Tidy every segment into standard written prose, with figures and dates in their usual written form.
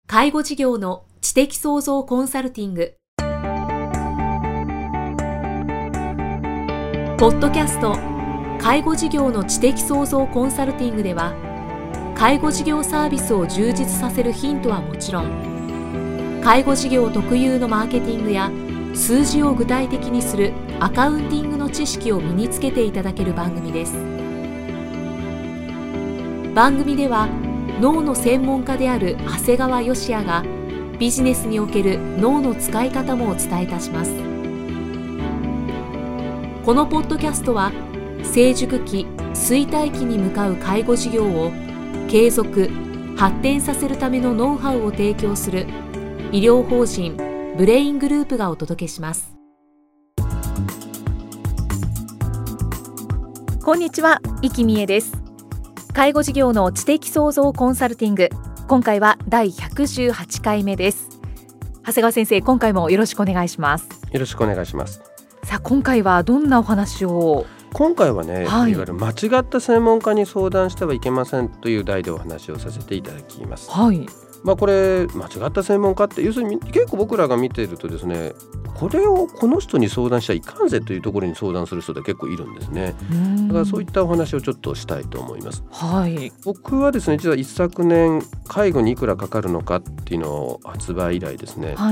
介護事業の知的創造コンサルティングポッドキャスト介護事業の知的創造コンサルティングでは、介護事業サービスを充実させるヒントはもちろん、介護事業特有のマーケティングや数字を具体的にするアカウンティングの知識を身につけていただける番組です。番組では脳の専門家である長谷川芳也がビジネスにおける脳の使い方もお伝えいたします。このポッドキャストは成熟期・衰退期に向かう介護事業を継続・発展させるためのノウハウを提供する医療法人ブレイングループがお届けします。こんにちは、生きみえです。介護事業の知的創造コンサルティング、今回は第118回目です。長谷川先生、今回もよろしくお願いします。 よろしくお願いします。 さあ、今回はどんなお話を？ 今回はね、いわゆる間違った専門家に相談してはいけませんという題でお話をさせていただきます。 はい。 これ間違った専門家って要するに結構僕らが見ているとですね、これをこの人に相談しちゃいかんぜというところに相談する人って結構いるんですね。だからそういったお話をちょっとしたいと思います。 はい。 僕はですね、実は一昨年介護にいくらかかるのかっていうのを発売以来ですね、 はい。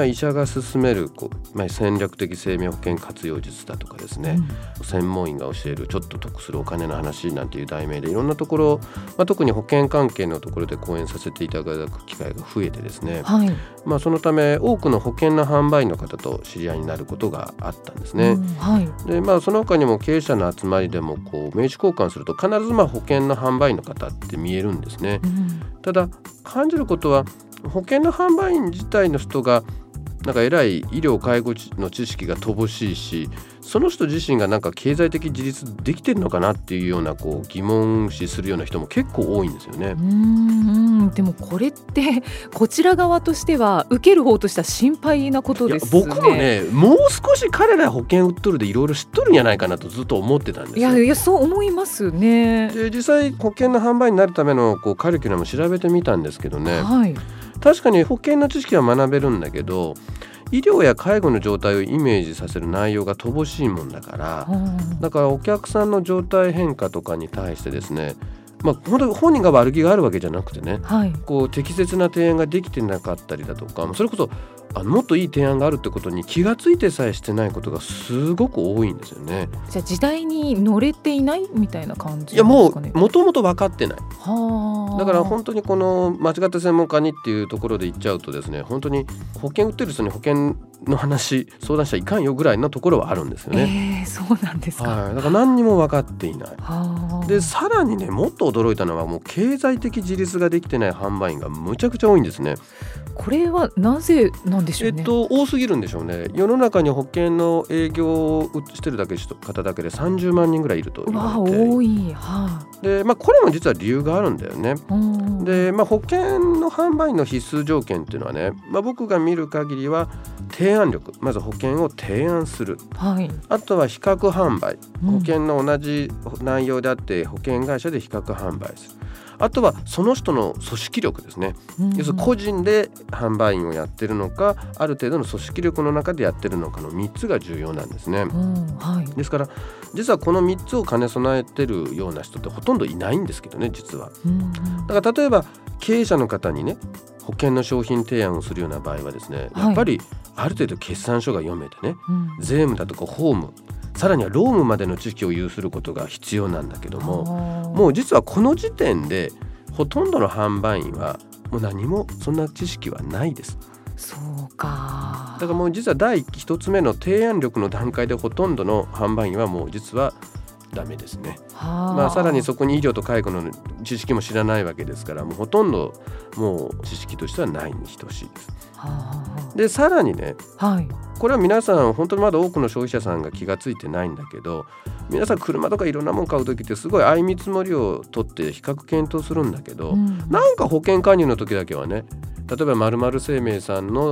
医者が勧める戦略的生命保険活用術だとかですね、専門医が教えるちょっと得するお金の話なんていう題名でいろんなところ、特に保険関係のところで講演させていただく機会が増えてですね、 はい。 そのため多くの保険の販売員の方と知り合いになることがあったんですね。 はい。 でその他にも経営者の集まりでも名刺交換すると必ず保険の販売員の方って見えるんですね。ただ感じることは、保険の販売員自体の人が偉い医療介護の知識が乏しいし、その人自身が経済的自立できてるのかなっていうような疑問視するような人も結構多いんですよね。 でもこれってこちら側としては受ける方としては心配なことですね。 僕もね、もう少し彼ら保険売っとるでいろいろ知っとるんじゃないかなとずっと思ってたんですよ。 いやそう思いますね。 で実際保険の販売になるためのカリキュラム調べてみたんですけどね、 はい。 確かに保険の知識は学べるんだけど、医療や介護の状態をイメージさせる内容が乏しいもんだから、だからお客さんの状態変化とかに対してですね、本当に本人が悪気があるわけじゃなくてね、 はい。 適切な提案ができてなかったりだとか、それこそもっといい提案があるってことに気がついてさえしてないことがすごく多いんですよね。 じゃあ時代に乗れていないみたいな感じですかね。 いやもともと分かってない。だから本当にこの間違った専門家にっていうところで言っちゃうとですね、本当に保険売ってる人に保険の話相談しちゃいかんよぐらいのところはあるんですよね。 そうなんですか。 だから何にも分かっていない。でさらにね、もっと驚いたのは経済的自立ができてない販売員がむちゃくちゃ多いんですね。 これはなぜなんでしょうね。 多すぎるんでしょうね。世の中に保険の営業をしてる方だけで30万人ぐらいいると言われて、 多い。 でこれも実は理由があるんだよね。で保険の販売の必須条件っていうのはね、僕が見る限りは提案力、まず保険を提案する、 はい。あとは比較販売、保険の同じ内容であって保険会社で比較販売する、あとはその人の組織力ですね。要するに個人で販売員をやってるのか、ある程度の組織力の中でやってるのかの3つが重要なんですね。 はい。 ですから実はこの3つを兼ね備えてるような人ってほとんどいないんですけどね、実は。だから例えば経営者の方にね、保険の商品提案をするような場合はですね、やっぱりある程度決算書が読めてね、税務だとか法務、さらには労務までの知識を有することが必要なんだけども、もう実はこの時点でほとんどの販売員はもう何もそんな知識はないです。 そうか。 だからもう実は第一つ目の提案力の段階でほとんどの販売員はもう実はダメですね。さらにそこに医療と介護の知識も知らないわけですから、もうほとんどもう知識としてはないに等しいです。でさらにね、これは皆さん本当にまだ多くの消費者さんが気がついてないんだけど、皆さん車とかいろんなもの買う時ってすごい相見積もりを取って比較検討するんだけど、保険加入の時だけはね、例えば〇〇生命さんの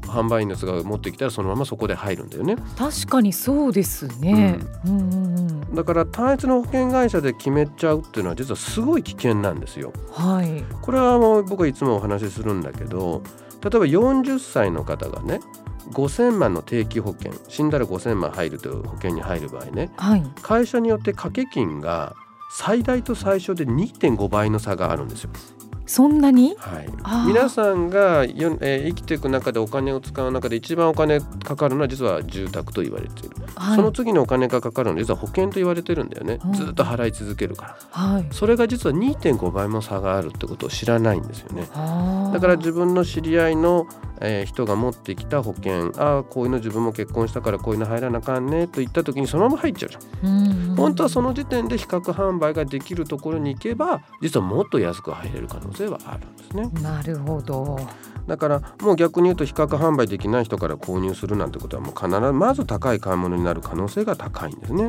販売員の人が持ってきたらそのままそこで入るんだよね。 確かにそうですね、 だから単一の保険会社で決めちゃうっていうのは実はすごい危険なんですよ。これは僕はいつもお話しするんだけど、例えば40歳の方がね5000万の定期保険、死んだら5000万入るという保険に入る場合ね、会社によって掛け金が最大と最小で 2.5 倍の差があるんですよ。 そんなに？ 皆さんが生きていく中でお金を使う中で一番お金かかるのは実は住宅と言われている、その次にお金がかかるのは実は保険と言われてるんだよね。ずっと払い続けるから、それが実は 2.5 倍も差があるってことを知らないんですよね。だから自分の知り合いの人が持ってきた保険、こういうの自分も結婚したからこういうの入らなあかんねと言った時にそのまま入っちゃうじゃん。本当はその時点で比較販売ができるところに行けば実はもっと安く入れる可能性はあるんですね。 なるほど。 だからもう逆に言うと比較販売できない人から購入するなんてことはもう必ずまず高い買い物になる可能性が高いんですね。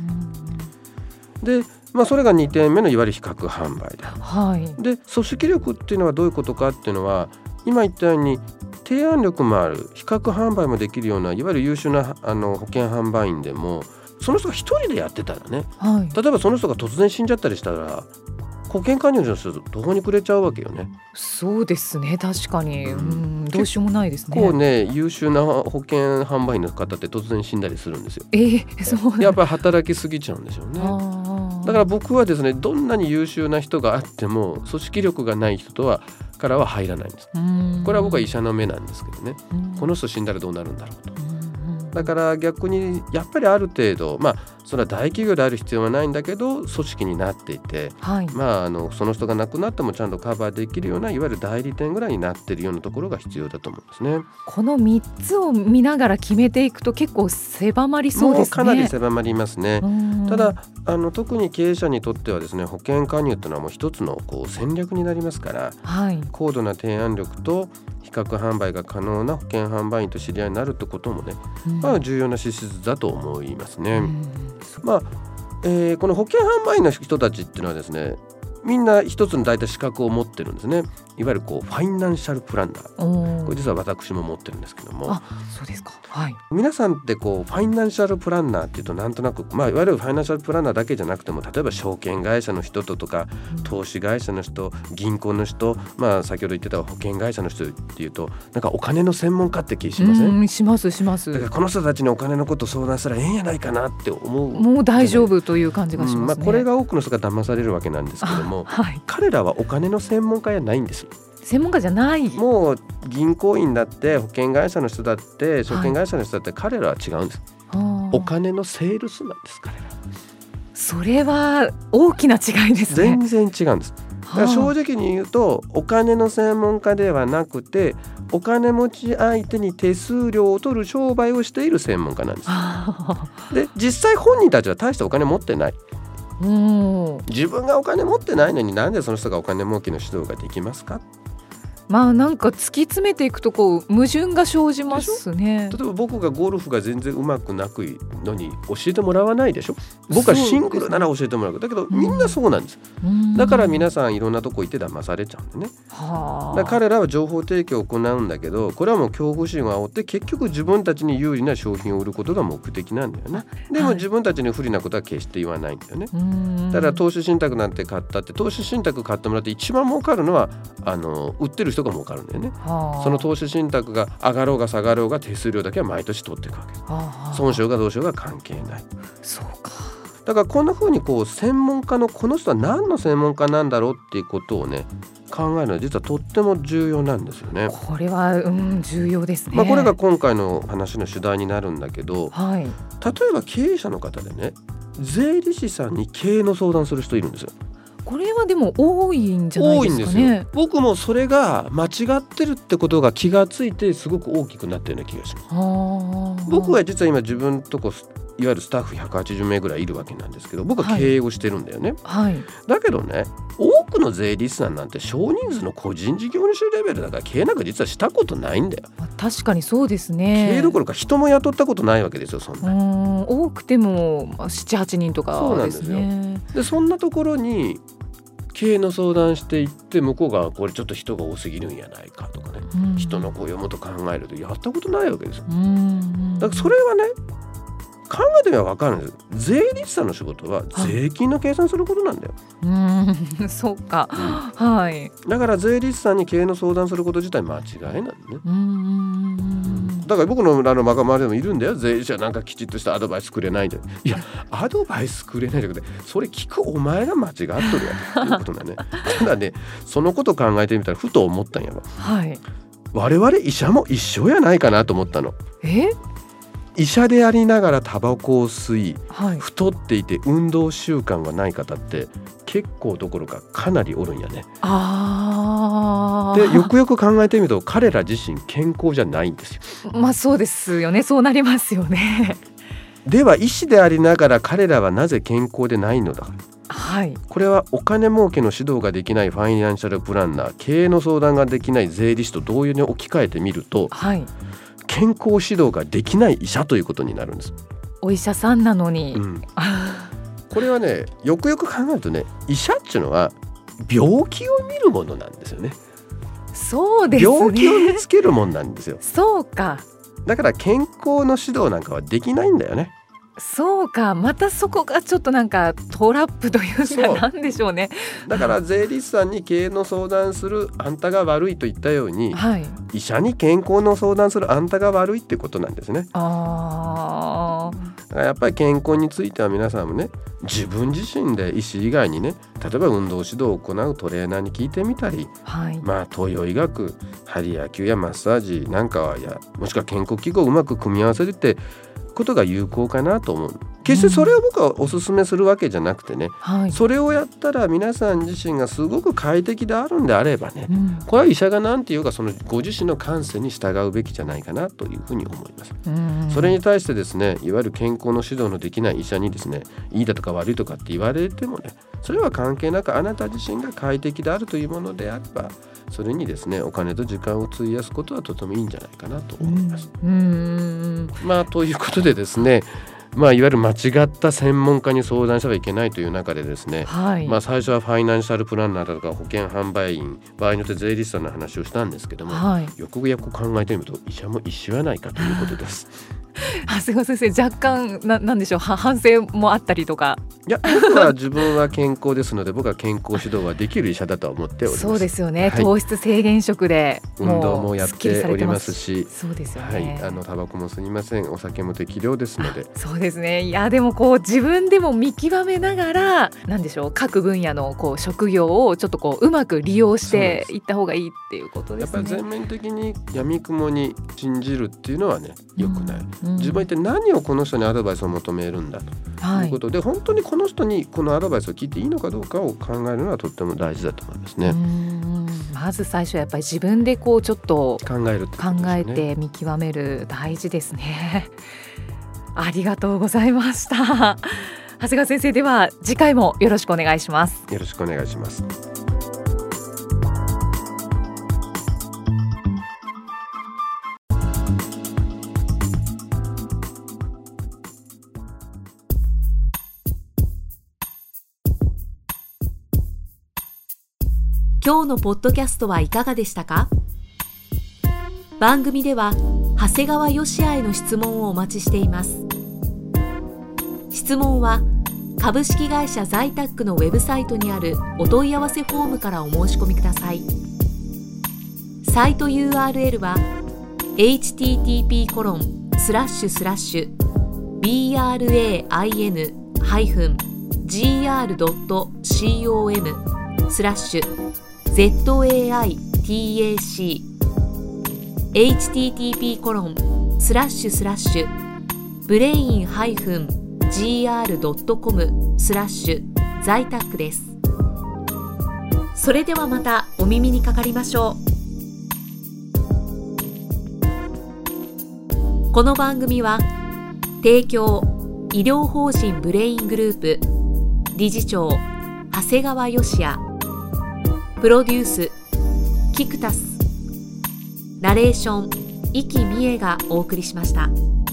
で、それが2点目のいわゆる比較販売で、組織力っていうのはどういうことかっていうのは今言ったように提案力もある、比較販売もできるようないわゆる優秀な保険販売員でもその人が一人でやってたらね、例えばその人が突然死んじゃったりしたら保険加入の人途方に暮れちゃうわけよね。 そうですね、確かに、どうしようもないですね。 結構ね優秀な保険販売員の方って突然死んだりするんですよ。 そうやっぱり働きすぎちゃうんでしょうね。だから僕はですね、どんなに優秀な人があっても組織力がない人からは入らないんです。これは僕は医者の目なんですけどね、この人死んだらどうなるんだろうと。だから逆にやっぱりある程度、それは大企業である必要はないんだけど組織になっていて、その人が亡くなってもちゃんとカバーできるようないわゆる代理店ぐらいになっているようなところが必要だと思うんですね。 この3つを見ながら決めていくと結構狭まりそうですね。 もうかなり狭まりますね。ただ特に経営者にとってはですね、保険加入というのはもう一つの戦略になりますから、高度な提案力と比較販売が可能な保険販売員と知り合いになるってこともね、重要な資質だと思いますね。この保険販売員の人たちっていうのはですね、みんな一つの大体資格を持ってるんですね。いわゆるファイナンシャルプランナー、これ実は私も持ってるんですけども。 そうですか。 皆さんってファイナンシャルプランナーっていうとなんとなく、いわゆるファイナンシャルプランナーだけじゃなくても、例えば証券会社の人とか投資会社の人、銀行の人、先ほど言ってた保険会社の人っていうとなんかお金の専門家って気しません？ しますします。 だからこの人たちにお金のこと相談したらええんやないかなって思う。 もう大丈夫という感じがしますね。 これが多くの人が騙されるわけなんですけども、彼らはお金の専門家やないんです。 専門家じゃない。 もう銀行員だって保険会社の人だって証券会社の人だって彼らは違うんです。お金のセールスマンです、彼ら。 それは大きな違いですね。 全然違うんです。だから正直に言うとお金の専門家ではなくてお金持ち相手に手数料を取る商売をしている専門家なんです。で実際本人たちは大してお金持ってない。自分がお金持ってないのになんでその人がお金儲けの指導ができますか？ なんか突き詰めていくと矛盾が生じますね。 例えば僕がゴルフが全然うまくなくのに教えてもらわないでしょ。僕はシングルなら教えてもらう。だけどみんなそうなんです。だから皆さんいろんなとこ行って騙されちゃうんでね。だから彼らは情報提供を行うんだけど、これはもう恐怖心を煽って結局自分たちに有利な商品を売ることが目的なんだよね。でも自分たちに不利なことは決して言わないんだよね。だから投資信託なんて買ったって、投資信託買ってもらって一番儲かるのは売ってる人が儲かるんだよね。その投資信託が上がろうが下がろうが手数料だけは毎年取っていくわけです。損傷がどうしようが関係ない。 そうか。 だからこんな風に専門家のこの人は何の専門家なんだろうっていうことをね考えるのは実はとっても重要なんですよね。 これは、重要ですね。 これが今回の話の主題になるんだけど、例えば経営者の方でね、税理士さんに経営の相談する人いるんですよ。 これはでも多いんじゃないですかね。 多いんですよ。僕もそれが間違ってるってことが気がついてすごく大きくなったような気がします。僕は実は今自分とこいわゆるスタッフ180名ぐらいいるわけなんですけど、僕は経営をしてるんだよね。だけどね、多くの税理士さんなんて少人数の個人事業主レベルだから経営なんか実はしたことないんだよ。 確かにそうですね。 経営どころか人も雇ったことないわけですよ。そんな多くても 7,8 人とかですね。 そうなんですよ。でそんなところに経営の相談していって、向こうがこれちょっと人が多すぎるんやないかとかね、人の声をもっと考えるとやったことないわけですよ。だからそれはね、考えてみれば分かるんです。税理士さんの仕事は税金の計算することなんだよ。 そうか、はい。 だから税理士さんに経営の相談すること自体間違いなんだね。だから僕の周りでもいるんだよ。税理士はなんかきちっとしたアドバイスくれないで。いや、アドバイスくれないじゃなくて、それ聞くお前が間違っとるやということだね。ただね、そのことを考えてみたらふと思ったんやわ、はい、我々医者も一緒やないかなと思ったの。医者でありながらタバコを吸い、はい、太っていて運動習慣がない方って結構どころかかなりおるんやね。でよくよく考えてみると彼ら自身健康じゃないんですよ。 まあそうですよね。そうなりますよね。 では医師でありながら彼らはなぜ健康でないのだ。はい、これはお金儲けの指導ができないファイナンシャルプランナー、経営の相談ができない税理士と同様に置き換えてみると、はい、健康指導ができない医者ということになるんです。 お医者さんなのに、 これはね、よくよく考えるとね、医者っていうのは病気を見るものなんですよね。 そうですね。 病気を見つけるものなんですよ。 そうか。 だから健康の指導なんかはできないんだよね。 そうか、またそこがちょっとなんかトラップというかなんでしょうね。 だから税理士さんに経営の相談するあんたが悪いと言ったように、はい、医者に健康の相談するあんたが悪いってことなんですね。だからやっぱり健康については皆さんもね、自分自身で医師以外にね、例えば運動指導を行うトレーナーに聞いてみたり、はい、東洋医学、鍼や灸やマッサージなんかはもしくは健康器具をうまく組み合わせるってことが有効かなと思う。決してそれを僕はお勧めするわけじゃなくてね、それをやったら皆さん自身がすごく快適であるんであればね、これは医者が何て言うかそのご自身の感性に従うべきじゃないかなというふうに思います。それに対してですね、いわゆる健康の指導のできない医者にですね、いいだとか悪いとかって言われてもね、それは関係なくあなた自身が快適であるというものであれば、それにですねお金と時間を費やすことはとてもいいんじゃないかなと思います。ということでですね、いわゆる間違った専門家に相談してはいけないという中でですね、はい、最初はファイナンシャルプランナーだとか保険販売員、場合によって税理士さんの話をしたんですけども、はい、よくよく考えてみると医者も一緒やないかということです。 長谷川先生、若干なんでしょう、反省もあったりとか。 いや、僕は自分は健康ですので僕は健康指導はできる医者だと思っております。 そうですよね、はい、糖質制限食で運動もやっておりますし、 そうですよね、 はい、タバコも吸いません。お酒も適量ですので。 そうですね。いやでも自分でも見極めながら、なんでしょう、各分野の職業をちょっとうまく利用していった方がいいっていうことですね。 やっぱり全面的に闇雲に信じるっていうのはね、良くない。自分は一体何をこの人にアドバイスを求めるんだということで、本当にこの人にこのアドバイスを聞いていいのかどうかを考えるのはとっても大事だと思いますね。 まず最初はやっぱり自分でちょっと考えて見極める、大事ですね。ありがとうございました。長谷川先生、では次回もよろしくお願いします。 よろしくお願いします。 今日のポッドキャストはいかがでしたか？番組では長谷川芳也への質問をお待ちしています。質問は株式会社ザイタックのウェブサイトにあるお問い合わせフォームからお申し込みください。サイト URL は http://brain-brain.com/zaitac です。それではまたお耳にかかりましょう。この番組は提供医療法人ブレイングループ理事長長谷川芳也、プロデュースキクタス、ナレーション生きみえがお送りしました。